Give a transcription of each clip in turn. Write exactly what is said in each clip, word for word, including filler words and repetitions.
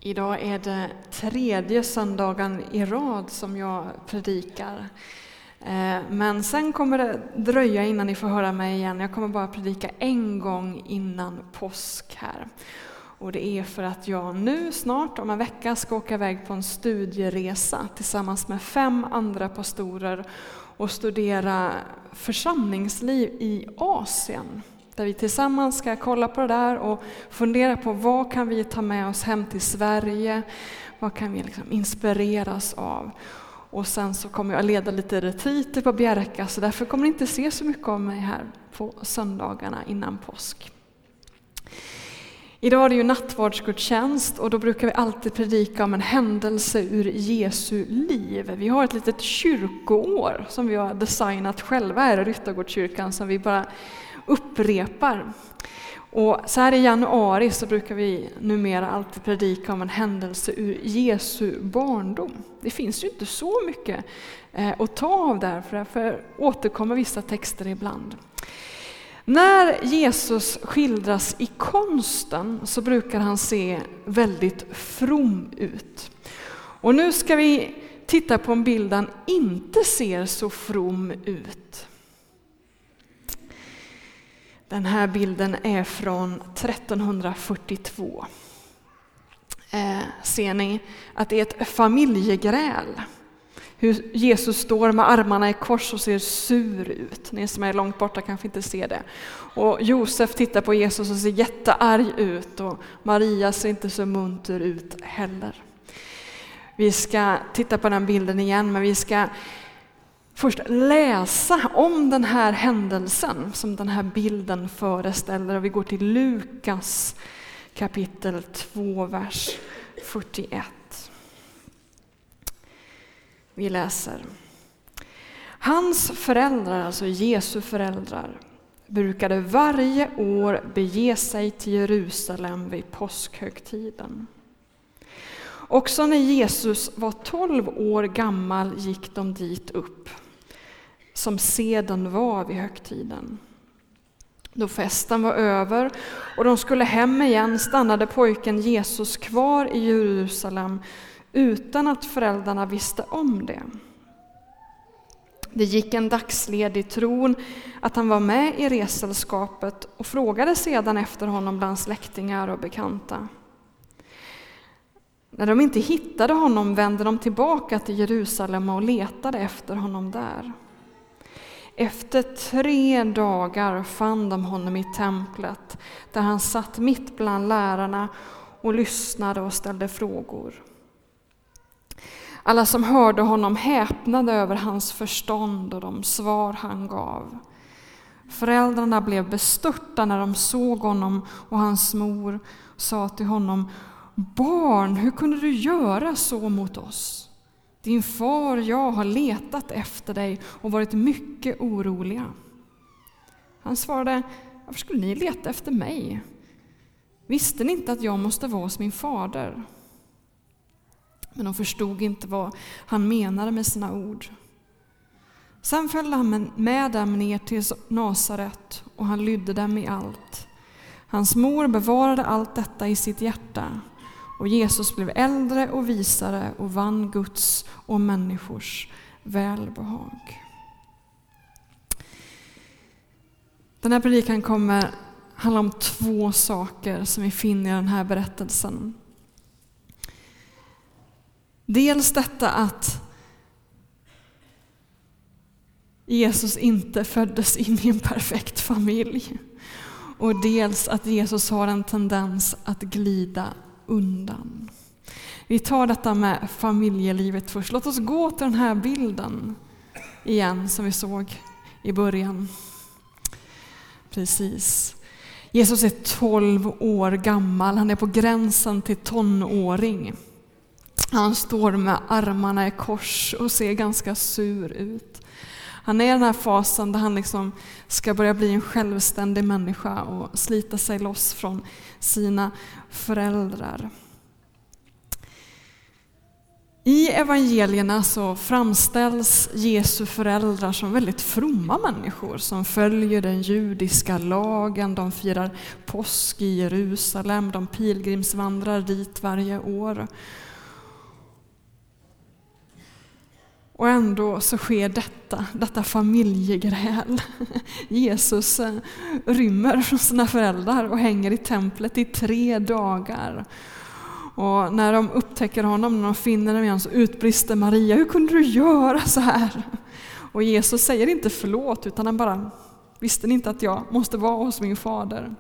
Idag är det tredje söndagen i rad som jag predikar. Men sen kommer det dröja innan ni får höra mig igen. Jag kommer bara predika en gång innan påsk här. Och det är för att jag nu snart om en vecka ska åka iväg på en studieresa tillsammans med fem andra pastorer och studera församlingsliv i Asien. Där vi tillsammans ska kolla på det där och fundera på vad kan vi ta med oss hem till Sverige, vad kan vi liksom inspireras av. Och sen så kommer jag leda lite retriter på Bjärka, så därför kommer ni inte se så mycket av mig här på söndagarna innan påsk. Idag är det ju nattvardsgudstjänst och då brukar vi alltid predika om en händelse ur Jesu liv. Vi har ett litet kyrkoår som vi har designat själva här i Ryttargårdskyrkan som vi bara upprepar. Och så här i januari så brukar vi numera alltid predika om en händelse ur Jesu barndom. Det finns ju inte så mycket eh, att ta av där, för därför återkommer vissa texter ibland. När Jesus skildras i konsten så brukar han se väldigt from ut. Och nu ska vi titta på en bild där han inte ser så from ut. Den här bilden är från tretton fyrtiotvå. Eh, ser ni att det är ett familjegräl. Hur Jesus står med armarna i kors och ser sur ut. Ni som är långt borta kanske inte ser det. Och Josef tittar på Jesus och ser jättearg ut. Och Maria ser inte så munter ut heller. Vi ska titta på den bilden igen, men vi ska först läsa om den här händelsen som den här bilden föreställer. Och vi går till Lukas kapitel två, vers fyrtioett. Vi läser. Hans föräldrar, alltså Jesu föräldrar, brukade varje år bege sig till Jerusalem vid påskhögtiden. Också när Jesus var tolv år gammal gick de dit upp, som seden var vid högtiden. Då festen var över och de skulle hem igen stannade pojken Jesus kvar i Jerusalem utan att föräldrarna visste om det. Det gick en dagsled i tron att han var med i reselskapet och frågade sedan efter honom bland släktingar och bekanta. När de inte hittade honom vände de tillbaka till Jerusalem och letade efter honom där. Efter tre dagar fann de honom i templet där han satt mitt bland lärarna och lyssnade och ställde frågor. Alla som hörde honom häpnade över hans förstånd och de svar han gav. Föräldrarna blev bestörta när de såg honom och hans mor sa till honom: Barn, hur kunde du göra så mot oss? Din far och jag har letat efter dig och varit mycket oroliga. Han svarade: Varför skulle ni leta efter mig? Visste ni inte att jag måste vara hos min fader? Men de förstod inte vad han menade med sina ord. Sen följde han med dem ner till Nasaret och han lydde dem i allt. Hans mor bevarade allt detta i sitt hjärta. Och Jesus blev äldre och visare och vann Guds och människors välbehag. Den här predikan kommer handla om två saker som vi finner i den här berättelsen. Dels detta att Jesus inte föddes in i en perfekt familj. Och dels att Jesus har en tendens att glida undan. Vi tar detta med familjelivet först. Låt oss gå till den här bilden igen som vi såg i början. Precis. Jesus är tolv år gammal. Han är på gränsen till tonåring. Han står med armarna i kors och ser ganska sur ut. Han är i den här fasen där han liksom ska börja bli en självständig människa och slita sig loss från sina föräldrar. I evangelierna så framställs Jesu föräldrar som väldigt fromma människor som följer den judiska lagen. De firar påsk i Jerusalem, de pilgrimsvandrar dit varje år. Och ändå så sker detta, detta familjegräl. Jesus rymmer från sina föräldrar och hänger i templet i tre dagar. Och när de upptäcker honom, när de finner honom igen, så utbrister Maria: hur kunde du göra så här? Och Jesus säger inte förlåt, utan han bara: visste ni inte att jag måste vara hos min fader?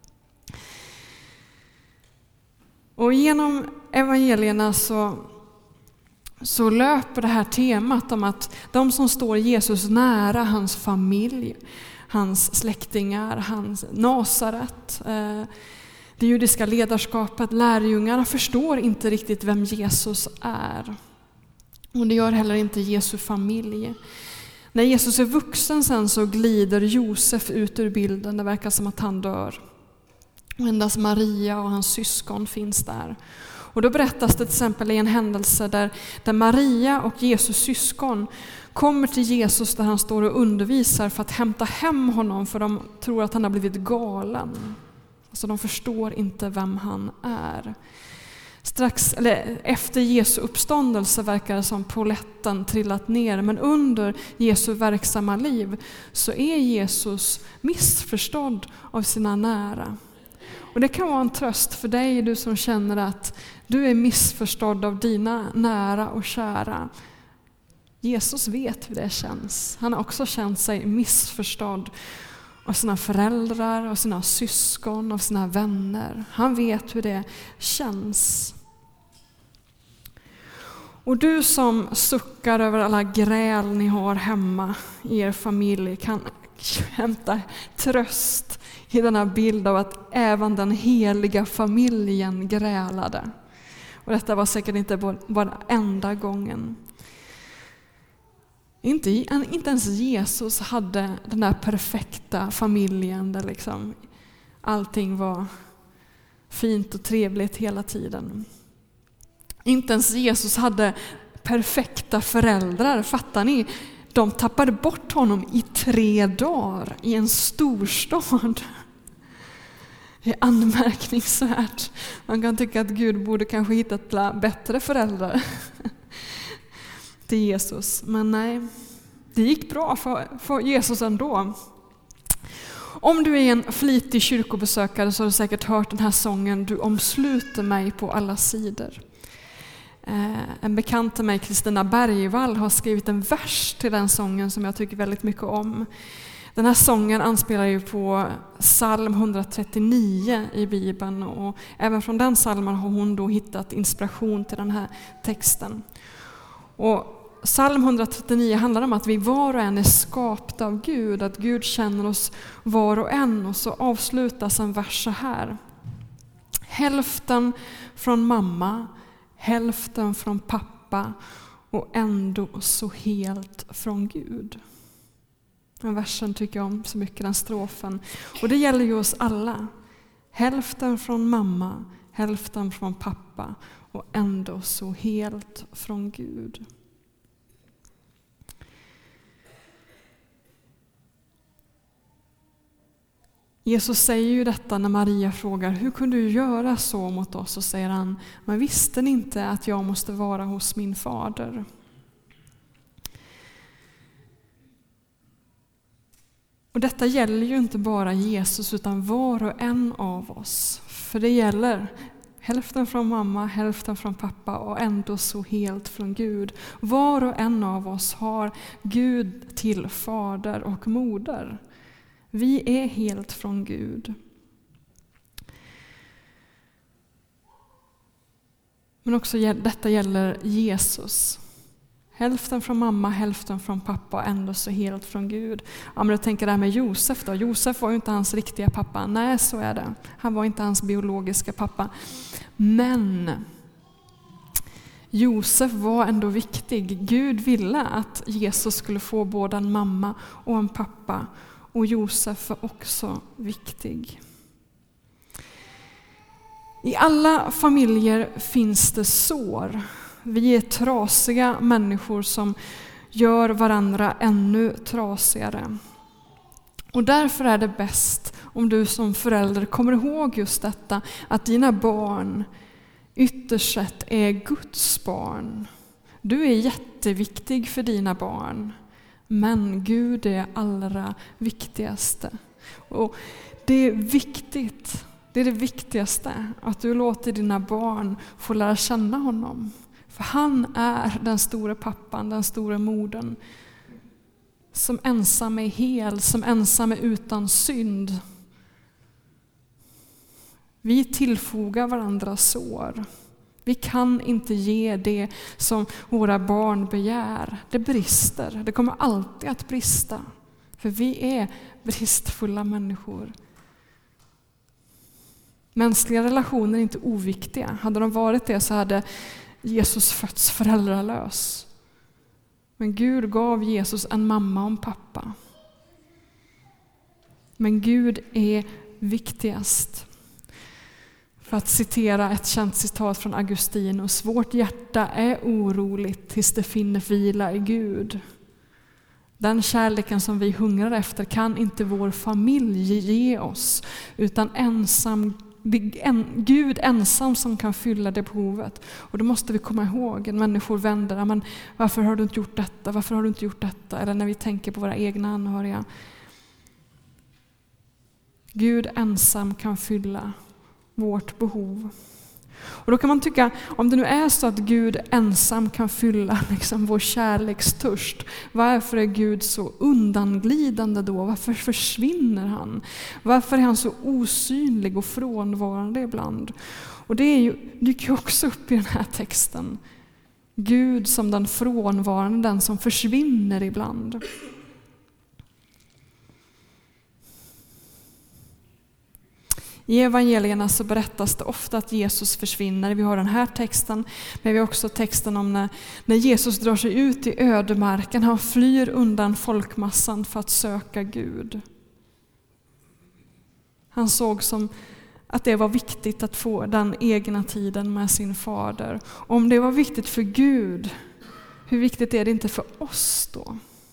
Och genom evangelierna så, så löper det här temat om att de som står Jesus nära, hans familj, hans släktingar, hans Nasaret, eh, det judiska ledarskapet, lärjungarna förstår inte riktigt vem Jesus är. Och det gör heller inte Jesu familj. När Jesus är vuxen sen så glider Josef ut ur bilden. Det verkar som att han dör. Och endast Maria och hans syskon finns där. Och då berättas det till exempel i en händelse där, där Maria och Jesus syskon kommer till Jesus där han står och undervisar för att hämta hem honom, för de tror att han har blivit galen. Alltså de förstår inte vem han är. Strax, eller efter Jesu uppståndelse verkar det som poletten trillat ner. Men under Jesu verksamma liv så är Jesus missförstådd av sina nära. Och det kan vara en tröst för dig, du som känner att du är missförstådd av dina nära och kära. Jesus vet hur det känns. Han har också känt sig missförstådd av sina föräldrar, av sina syskon, av sina vänner. Han vet hur det känns. Och du som suckar över alla gräl ni har hemma i er familj kan hämta tröst i denna bild av att även den heliga familjen grälade. Och detta var säkert inte bara enda gången. Inte, inte ens Jesus hade den där perfekta familjen där liksom allting var fint och trevligt hela tiden. Inte ens Jesus hade perfekta föräldrar, fattar ni? De tappade bort honom i tre dagar i en storstad. Det är anmärkningsvärt. Man kan tycka att Gud borde kanske hittat bättre föräldrar till Jesus. Men nej, det gick bra för, för Jesus ändå. Om du är en flitig kyrkobesökare så har du säkert hört den här sången: Du omsluter mig på alla sidor. Eh, en bekant till mig, Kristina Bergvall, har skrivit en vers till den sången som jag tycker väldigt mycket om. Den här sången anspelar ju på psalm etthundratrettionio i Bibeln, och även från den psalmen har hon då hittat inspiration till den här texten. Och psalm etthundratrettionio handlar om att vi var och en är skapta av Gud, att Gud känner oss var och en, och så avslutas en vers så här: hälften från mamma, hälften från pappa och ändå så helt från Gud. Den versen tycker jag om så mycket, den strofen. Och det gäller ju oss alla. Hälften från mamma, hälften från pappa och ändå så helt från Gud. Jesus säger ju detta när Maria frågar: hur kunde du göra så mot oss? Och säger han: men visste ni inte att jag måste vara hos min fader? Och detta gäller ju inte bara Jesus utan var och en av oss. För det gäller hälften från mamma, hälften från pappa och ändå så helt från Gud. Var och en av oss har Gud till fader och moder. Vi är helt från Gud. Men också detta gäller Jesus. Hälften från mamma, hälften från pappa och ändå så helt från Gud. Ja, men du tänker det här med Josef då. Josef var ju inte hans riktiga pappa. Nej, så är det. Han var inte hans biologiska pappa. Men Josef var ändå viktig. Gud ville att Jesus skulle få både en mamma och en pappa. Och Josef var också viktig. I alla familjer finns det sår. Vi är trasiga människor som gör varandra ännu trasigare. Och därför är det bäst om du som förälder kommer ihåg just detta, att dina barn ytterst sett är Guds barn. Du är jätteviktig för dina barn, men Gud är allra viktigaste. Och det är viktigt, det är det viktigaste, att du låter dina barn få lära känna honom. För han är den stora pappan, den stora modern, som ensam är hel, som ensam är utan synd. Vi tillfogar varandra sår. Vi kan inte ge det som våra barn begär. Det brister. Det kommer alltid att brista. För vi är bristfulla människor. Mänskliga relationer är inte oviktiga. Hade de varit det så hade Jesus fötts föräldralös. Men Gud gav Jesus en mamma och en pappa. Men Gud är viktigast. För att citera ett känt citat från Augustinus: vårt hjärta är oroligt tills det finner vila i Gud. Den kärleken som vi hungrar efter kan inte vår familj ge oss, utan ensam, Gud ensam som kan fylla det behovet. Och då måste vi komma ihåg, när människor vänder, men varför har du inte gjort detta? Varför har du inte gjort detta? Eller när vi tänker på våra egna anhöriga. Gud ensam kan fylla vårt behov. Och då kan man tycka, om det nu är så att Gud ensam kan fylla liksom vår kärlekstörst, varför är Gud så undanglidande då? Varför försvinner han? Varför är han så osynlig och frånvarande ibland? Och det är ju, dyker ju också upp i den här texten. Gud som den frånvarande, den som försvinner ibland. I evangelierna så berättas det ofta att Jesus försvinner. Vi har den här texten, men vi har också texten om när, när Jesus drar sig ut i ödemarken. Han flyr undan folkmassan för att söka Gud. Han såg som att det var viktigt att få den egna tiden med sin fader. Om det var viktigt för Gud, hur viktigt är det inte för oss då?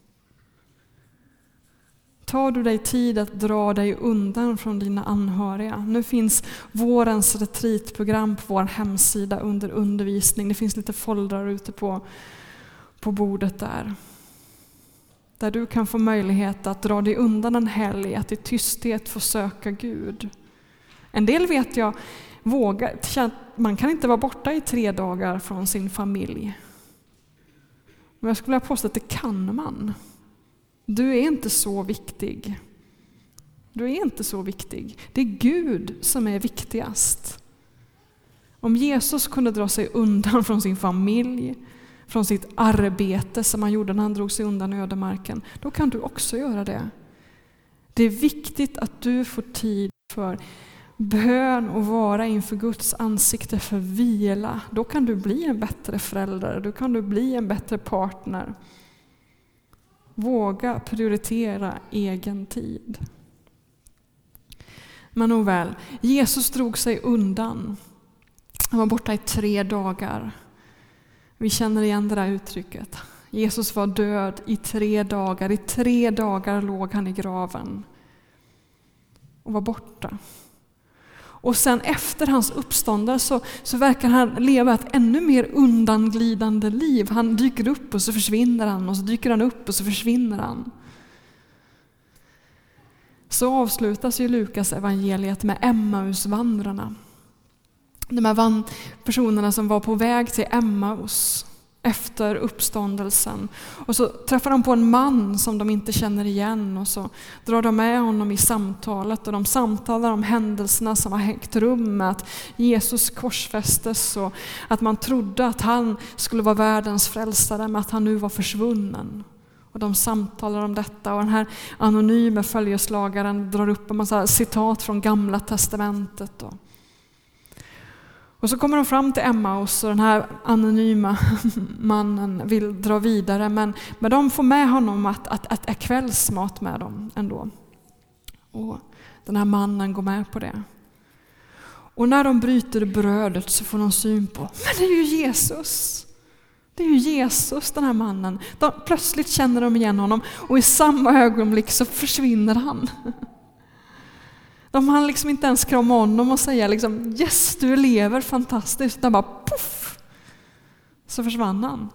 Tar du dig tid att dra dig undan från dina anhöriga? Nu finns vårens retreatprogram på vår hemsida under undervisning. Det finns lite foldrar ute på, på bordet där. Där du kan få möjlighet att dra dig undan en helg, att i tysthet få söka Gud. En del vet jag vågar, man kan inte vara borta i tre dagar från sin familj. Men jag skulle vilja påstå att det kan man. Du är inte så viktig. Du är inte så viktig. Det är Gud som är viktigast. Om Jesus kunde dra sig undan från sin familj, från sitt arbete som han gjorde när han drog sig undan i ödemarken, då kan du också göra det. Det är viktigt att du får tid för bön och vara inför Guds ansikte för vila. Då kan du bli en bättre förälder. Då kan du bli en bättre partner. Våga prioritera egen tid. Men nog väl, Jesus drog sig undan. Han var borta i tre dagar. Vi känner igen det där uttrycket. Jesus var död i tre dagar. I tre dagar låg han i graven och var borta. Och sen efter hans uppståndelse så, så verkar han leva ett ännu mer undanglidande liv. Han dyker upp och så försvinner han, och så dyker han upp och så försvinner han. Så avslutas ju Lukas evangeliet med Emmausvandrarna. De här personerna som var på väg till Emmaus efter uppståndelsen. Och så träffar de på en man som de inte känner igen, och så drar de med honom i samtalet, och de samtalar om händelserna som har ägt rum med att Jesus korsfästes och att man trodde att han skulle vara världens frälsare, men att han nu var försvunnen. Och de samtalar om detta, och den här anonyma följeslagaren drar upp en massa citat från Gamla testamentet då. Och så kommer de fram till Emmaus, och den här anonyma mannen vill dra vidare, men, men de får med honom att, att, att, att kvällsmat med dem ändå. Och den här mannen går med på det. Och när de bryter brödet så får de syn på, men det är ju Jesus. Det är ju Jesus, den här mannen. De, plötsligt känner de igen honom och i samma ögonblick så försvinner han. De hann liksom inte ens krama honom och säga liksom, yes, du lever fantastiskt. De bara puff, så försvann han.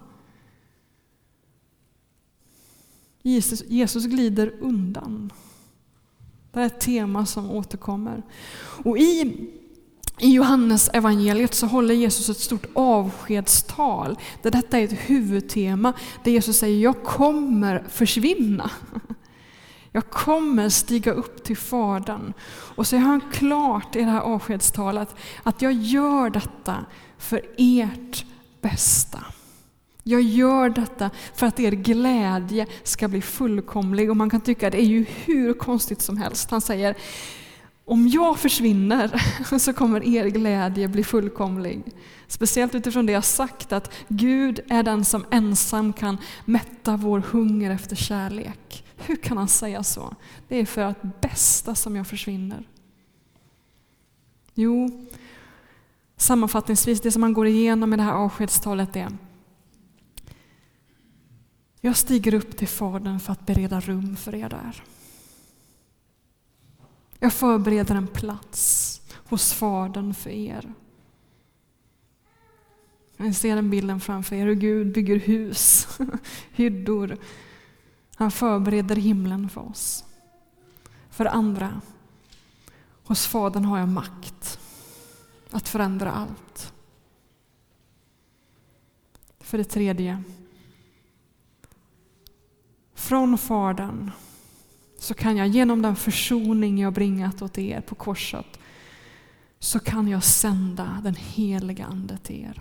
Jesus, Jesus glider undan. Det är ett tema som återkommer. Och i, i Johannes evangeliet så håller Jesus ett stort avskedstal. Där detta är ett huvudtema. Där Jesus säger, jag kommer försvinna. Jag kommer stiga upp till Fadern. Och så är han klart i det här avskedstalet att jag gör detta för ert bästa. Jag gör detta för att er glädje ska bli fullkomlig. Och man kan tycka att det är ju hur konstigt som helst. Han säger, om jag försvinner så kommer er glädje bli fullkomlig. Speciellt utifrån det jag sagt att Gud är den som ensam kan mätta vår hunger efter kärlek. Hur kan han säga så? Det är för att bästa som jag försvinner. Jo, sammanfattningsvis det som man går igenom i det här avskedstalet är: jag stiger upp till Fadern för att bereda rum för er där. Jag förbereder en plats hos Fadern för er. Jag ser den bilden framför er hur Gud bygger hus, hyddor. Han förbereder himlen för oss. För andra, hos Fadern har jag makt att förändra allt. För det tredje, från Fadern så kan jag genom den försoning jag bringat åt er på korset, så kan jag sända den heliga Ande till er.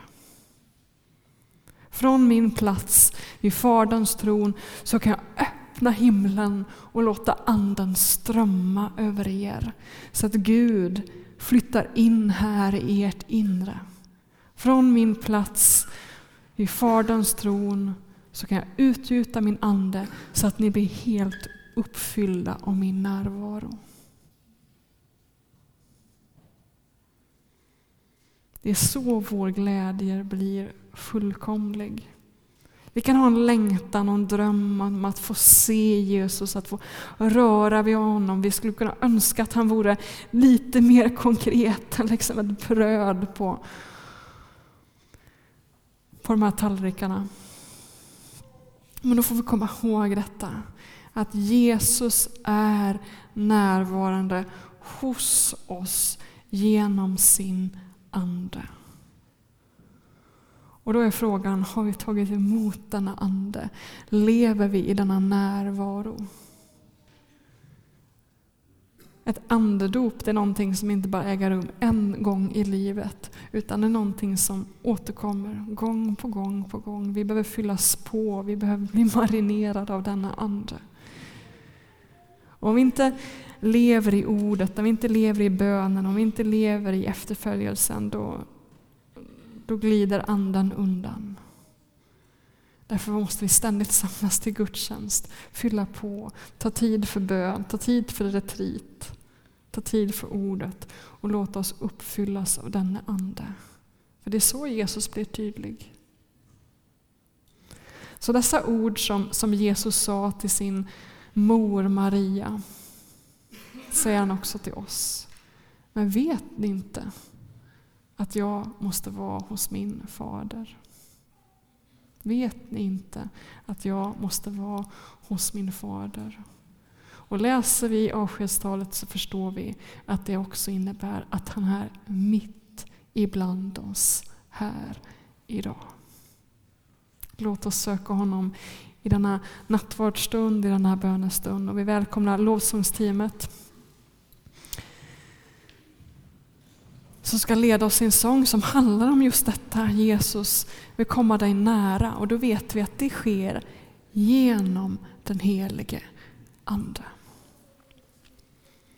Från min plats vid Faderns tron så kan jag öppna himlen och låta Anden strömma över er. Så att Gud flyttar in här i ert inre. Från min plats vid Faderns tron så kan jag utgjuta min ande så att ni blir helt uppfyllda av min närvaro. Det är så vår glädje blir fullkomlig. Vi kan ha en längtan och en dröm om att få se Jesus, att få röra vid honom. Vi skulle kunna önska att han vore lite mer konkret än liksom ett bröd på, på de här tallrikarna. Men då får vi komma ihåg detta, att Jesus är närvarande hos oss genom sin Ande. Och då är frågan, har vi tagit emot denna Ande? Lever vi i denna närvaro? Ett andedop, det är någonting som inte bara äger rum en gång i livet, utan det är någonting som återkommer gång på gång på gång. Vi behöver fyllas på, vi behöver bli marinerade av denna Ande. Och om vi inte lever i ordet, om vi inte lever i bönen, om vi inte lever i efterföljelsen, då, då glider Anden undan. Därför måste vi ständigt samlas till gudstjänst, fylla på, ta tid för bön, ta tid för retreat, ta tid för ordet och låta oss uppfyllas av denna Ande. För det är så Jesus blir tydlig. Så dessa ord som, som Jesus sa till sin mor Maria, säger han också till oss. Men vet ni inte att jag måste vara hos min fader? Vet ni inte att jag måste vara hos min fader? Och läser vi avskedstalet så förstår vi att det också innebär att han är mitt ibland oss här idag. Låt oss söka honom i denna nattvardsstund, i denna bönestund. Och vi välkomnar lovsångsteamet som ska leda oss i en sång som handlar om just detta. Jesus vill komma dig nära, och då vet vi att det sker genom den helige Ande.